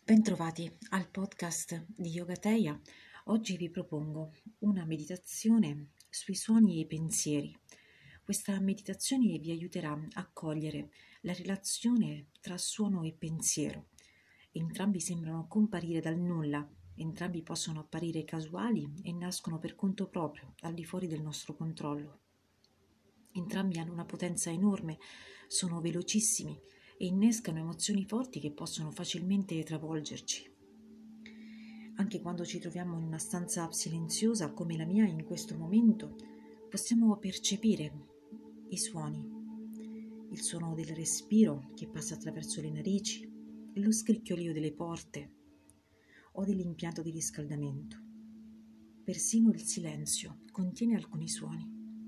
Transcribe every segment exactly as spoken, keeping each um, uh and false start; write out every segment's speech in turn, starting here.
Bentrovati al podcast di Yogateya. Oggi vi propongo una meditazione sui suoni e i pensieri. Questa meditazione vi aiuterà a cogliere la relazione tra suono e pensiero. Entrambi sembrano comparire dal nulla, entrambi possono apparire casuali e nascono per conto proprio, al di fuori del nostro controllo. Entrambi hanno una potenza enorme, sono velocissimi e innescano emozioni forti che possono facilmente travolgerci. Anche quando ci troviamo in una stanza silenziosa come la mia in questo momento, possiamo percepire i suoni, il suono del respiro che passa attraverso le narici, lo scricchiolio delle porte o dell'impianto di riscaldamento. Persino il silenzio contiene alcuni suoni.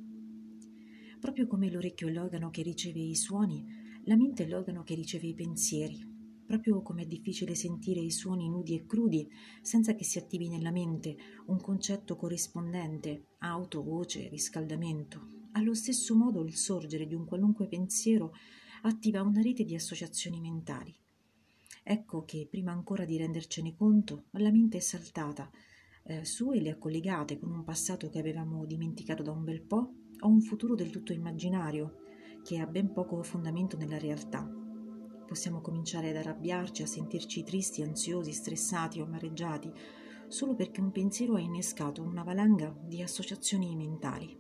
Proprio come l'orecchio è l'organo che riceve i suoni, la mente è l'organo che riceve i pensieri. Proprio come è difficile sentire i suoni nudi e crudi senza che si attivi nella mente un concetto corrispondente, auto, voce, riscaldamento. Allo stesso modo il sorgere di un qualunque pensiero attiva una rete di associazioni mentali. Ecco che prima ancora di rendercene conto, la mente è saltata eh, su e le ha collegate con un passato che avevamo dimenticato da un bel po' o un futuro del tutto immaginario che ha ben poco fondamento nella realtà. Possiamo cominciare ad arrabbiarci, a sentirci tristi, ansiosi, stressati o amareggiati solo perché un pensiero ha innescato una valanga di associazioni mentali.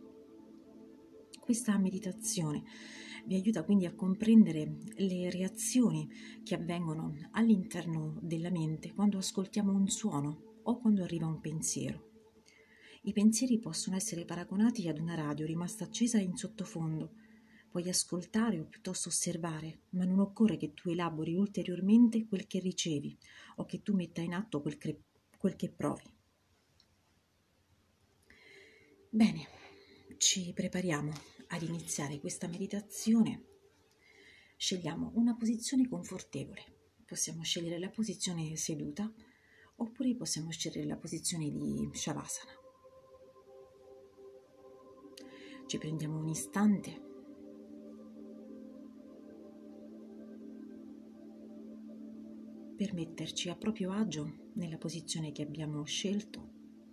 Questa meditazione vi aiuta quindi a comprendere le reazioni che avvengono all'interno della mente quando ascoltiamo un suono o quando arriva un pensiero. I pensieri possono essere paragonati ad una radio rimasta accesa in sottofondo. Puoi ascoltare o piuttosto osservare, ma non occorre che tu elabori ulteriormente quel che ricevi o che tu metta in atto quel che, quel che provi. Bene, ci prepariamo ad iniziare questa meditazione. Scegliamo una posizione confortevole. Possiamo scegliere la posizione seduta oppure possiamo scegliere la posizione di Shavasana. Ci prendiamo un istante per metterci a proprio agio nella posizione che abbiamo scelto.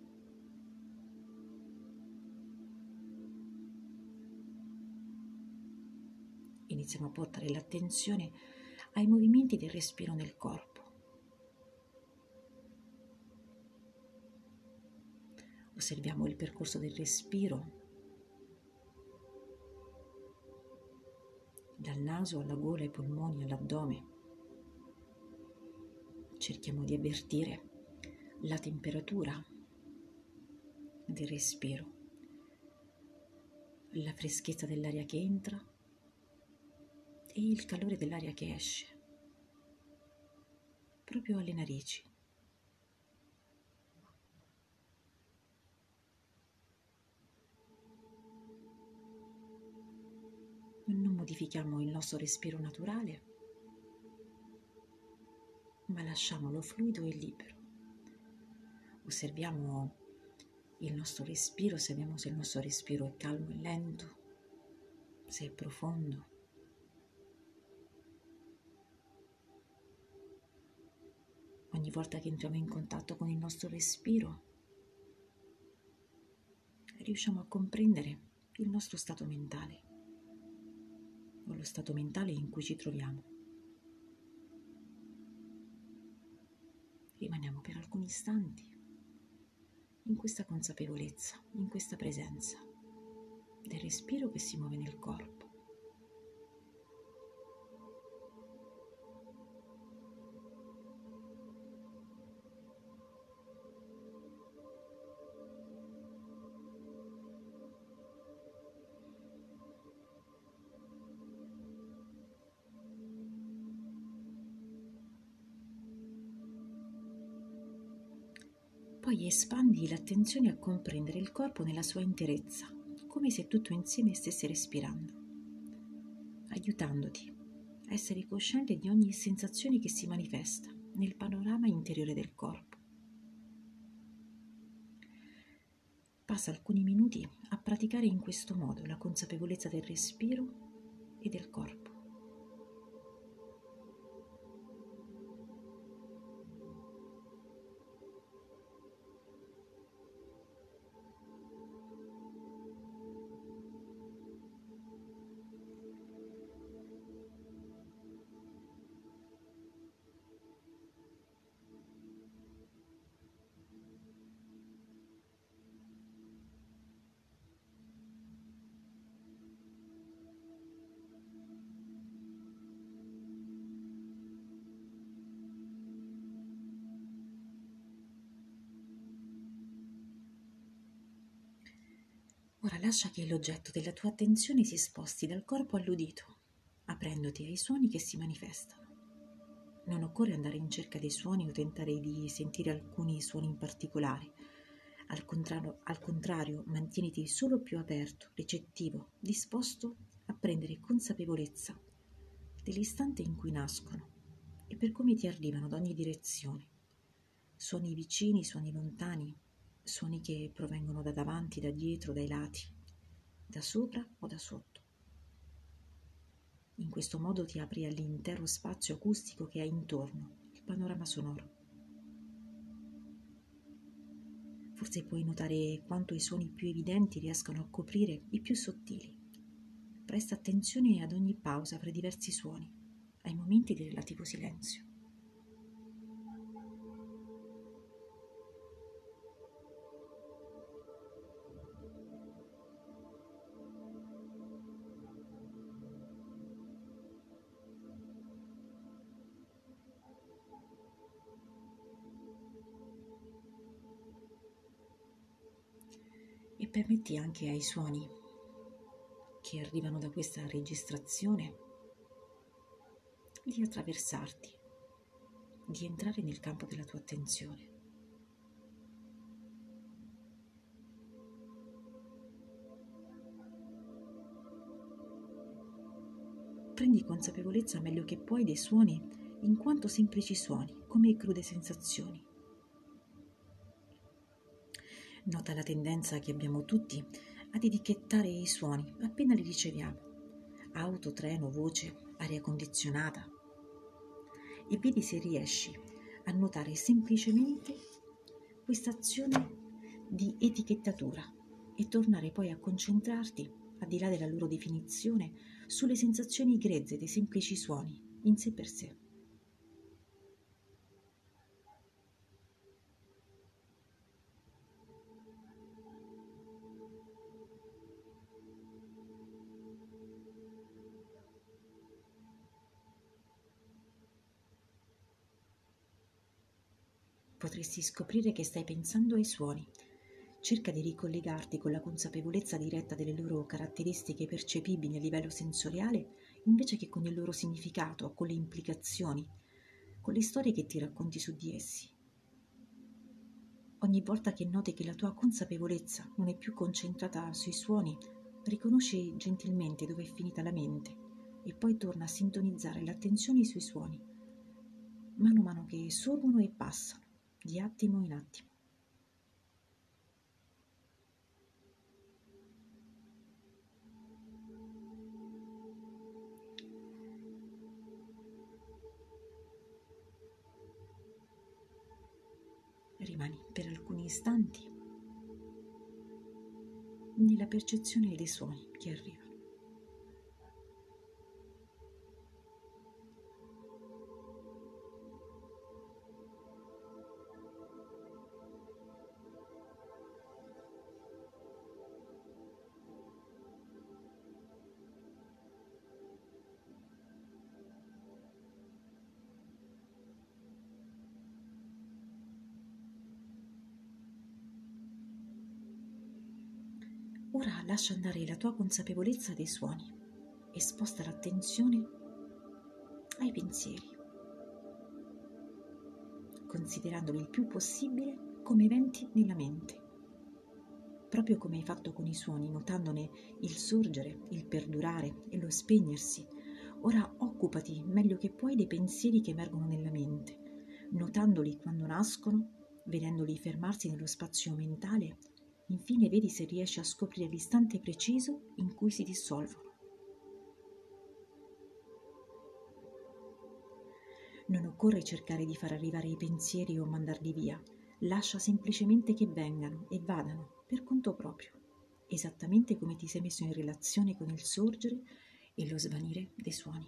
Iniziamo a portare l'attenzione ai movimenti del respiro nel corpo. Osserviamo il percorso del respiro dal naso alla gola, ai polmoni, all'addome. Cerchiamo di avvertire la temperatura del respiro, la freschezza dell'aria che entra e il calore dell'aria che esce, proprio alle narici. Non modifichiamo il nostro respiro naturale, ma lasciamolo fluido e libero. Osserviamo il nostro respiro, osserviamo se il nostro respiro è calmo e lento, se è profondo. Ogni volta che entriamo in contatto con il nostro respiro, riusciamo a comprendere il nostro stato mentale o lo stato mentale in cui ci troviamo. Rimaniamo per alcuni istanti in questa consapevolezza, in questa presenza del respiro che si muove nel corpo. Poi espandi l'attenzione a comprendere il corpo nella sua interezza, come se tutto insieme stesse respirando, aiutandoti a essere cosciente di ogni sensazione che si manifesta nel panorama interiore del corpo. Passa alcuni minuti a praticare in questo modo la consapevolezza del respiro e del corpo. Ora lascia che l'oggetto della tua attenzione si sposti dal corpo all'udito, aprendoti ai suoni che si manifestano. Non occorre andare in cerca dei suoni o tentare di sentire alcuni suoni in particolare. Al contrario, al contrario, mantieniti solo più aperto, ricettivo, disposto a prendere consapevolezza dell'istante in cui nascono e per come ti arrivano da ogni direzione. Suoni vicini, suoni lontani, suoni che provengono da davanti, da dietro, dai lati, da sopra o da sotto. In questo modo ti apri all'intero spazio acustico che hai intorno, il panorama sonoro. Forse puoi notare quanto i suoni più evidenti riescano a coprire i più sottili. Presta attenzione ad ogni pausa fra i diversi suoni, ai momenti di relativo silenzio. E permetti anche ai suoni che arrivano da questa registrazione di attraversarti, di entrare nel campo della tua attenzione. Prendi consapevolezza meglio che puoi dei suoni in quanto semplici suoni, come crude sensazioni. Nota la tendenza che abbiamo tutti ad etichettare i suoni appena li riceviamo. Auto, treno, voce, aria condizionata. E vedi se riesci a notare semplicemente questa azione di etichettatura e tornare poi a concentrarti, al di là della loro definizione, sulle sensazioni grezze dei semplici suoni in sé per sé. Potresti scoprire che stai pensando ai suoni. Cerca di ricollegarti con la consapevolezza diretta delle loro caratteristiche percepibili a livello sensoriale, invece che con il loro significato, con le implicazioni, con le storie che ti racconti su di essi. Ogni volta che noti che la tua consapevolezza non è più concentrata sui suoni, riconosci gentilmente dove è finita la mente e poi torna a sintonizzare l'attenzione sui suoni, mano a mano che sorgono e passano, di attimo in attimo. Rimani per alcuni istanti nella percezione dei suoni che arrivano. Ora lascia andare la tua consapevolezza dei suoni e sposta l'attenzione ai pensieri, considerandoli il più possibile come eventi nella mente, proprio come hai fatto con i suoni, notandone il sorgere, il perdurare e lo spegnersi. Ora occupati meglio che puoi dei pensieri che emergono nella mente, notandoli quando nascono, vedendoli fermarsi nello spazio mentale. Infine vedi se riesci a scoprire l'istante preciso in cui si dissolvono. Non occorre cercare di far arrivare i pensieri o mandarli via, lascia semplicemente che vengano e vadano per conto proprio, esattamente come ti sei messo in relazione con il sorgere e lo svanire dei suoni.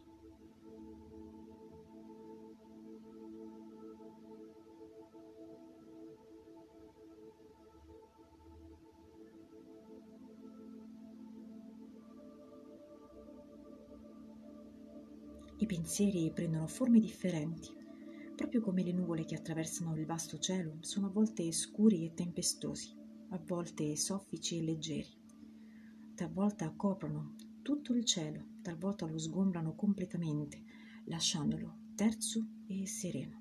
I pensieri prendono forme differenti, proprio come le nuvole che attraversano il vasto cielo sono a volte scuri e tempestosi, a volte soffici e leggeri. talvolta coprono tutto il cielo, talvolta lo sgombrano completamente, lasciandolo terzo e sereno.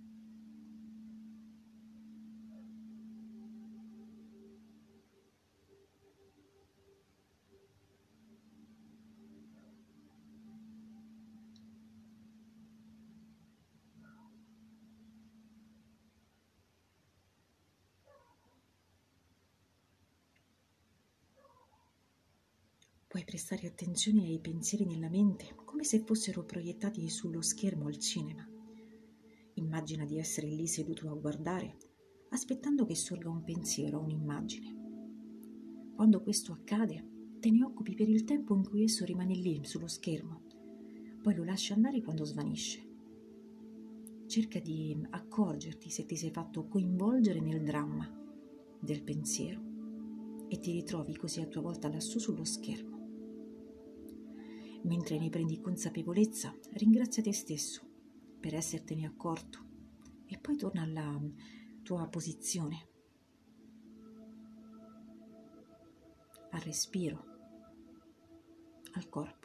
Puoi prestare attenzione ai pensieri nella mente come se fossero proiettati sullo schermo al cinema. Immagina di essere lì seduto a guardare, aspettando che sorga un pensiero o un'immagine. Quando questo accade, te ne occupi per il tempo in cui esso rimane lì sullo schermo, poi lo lasci andare quando svanisce. Cerca di accorgerti se ti sei fatto coinvolgere nel dramma del pensiero e ti ritrovi così a tua volta lassù sullo schermo. Mentre ne prendi consapevolezza, ringrazia te stesso per essertene accorto e poi torna alla tua posizione, al respiro, al corpo.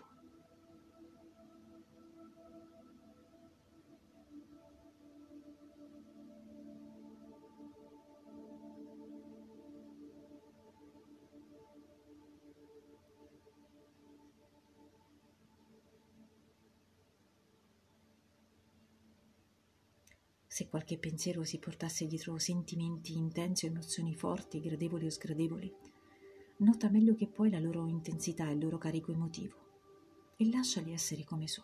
Se qualche pensiero si portasse dietro sentimenti intensi o emozioni forti, gradevoli o sgradevoli, nota meglio che puoi la loro intensità e il loro carico emotivo e lasciali essere come sono.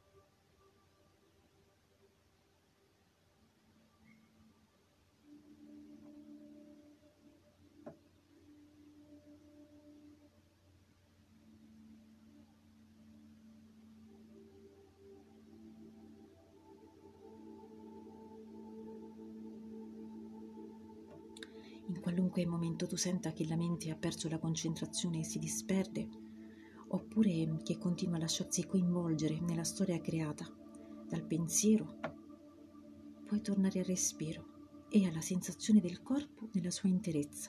In qualunque momento tu senta che la mente ha perso la concentrazione e si disperde, oppure che continua a lasciarsi coinvolgere nella storia creata dal pensiero, puoi tornare al respiro e alla sensazione del corpo nella sua interezza.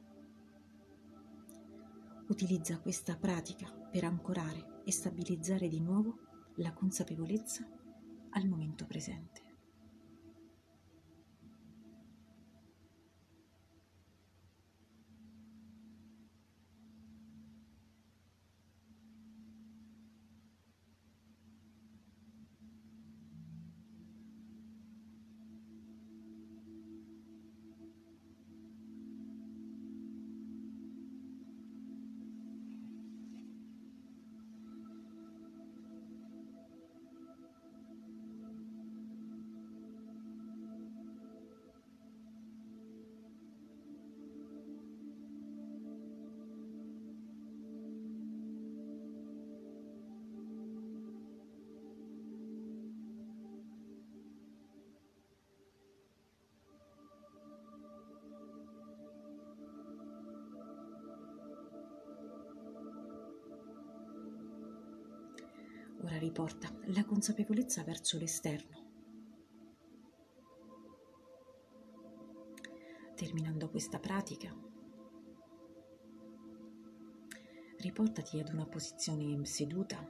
Utilizza questa pratica per ancorare e stabilizzare di nuovo la consapevolezza al momento presente. Ora riporta la consapevolezza verso l'esterno. Terminando questa pratica, riportati ad una posizione seduta,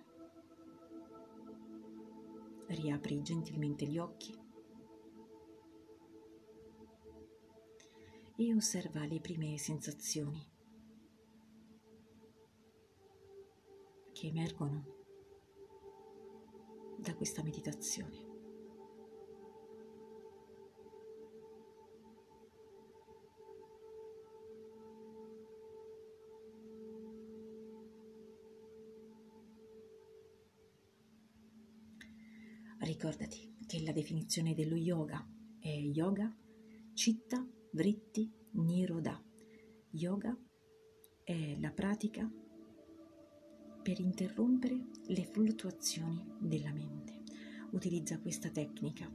riapri gentilmente gli occhi e osserva le prime sensazioni che emergono da questa meditazione. Ricordati che la definizione dello yoga è yoga citta vritti nirodha. Yoga è la pratica per interrompere le fluttuazioni della mente. Utilizza questa tecnica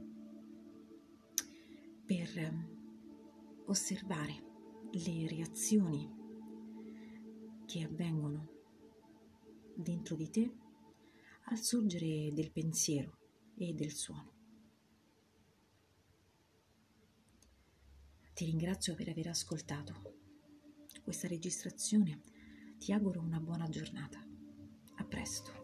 per osservare le reazioni che avvengono dentro di te al sorgere del pensiero e del suono. Ti ringrazio per aver ascoltato questa registrazione. Ti auguro una buona giornata. A presto.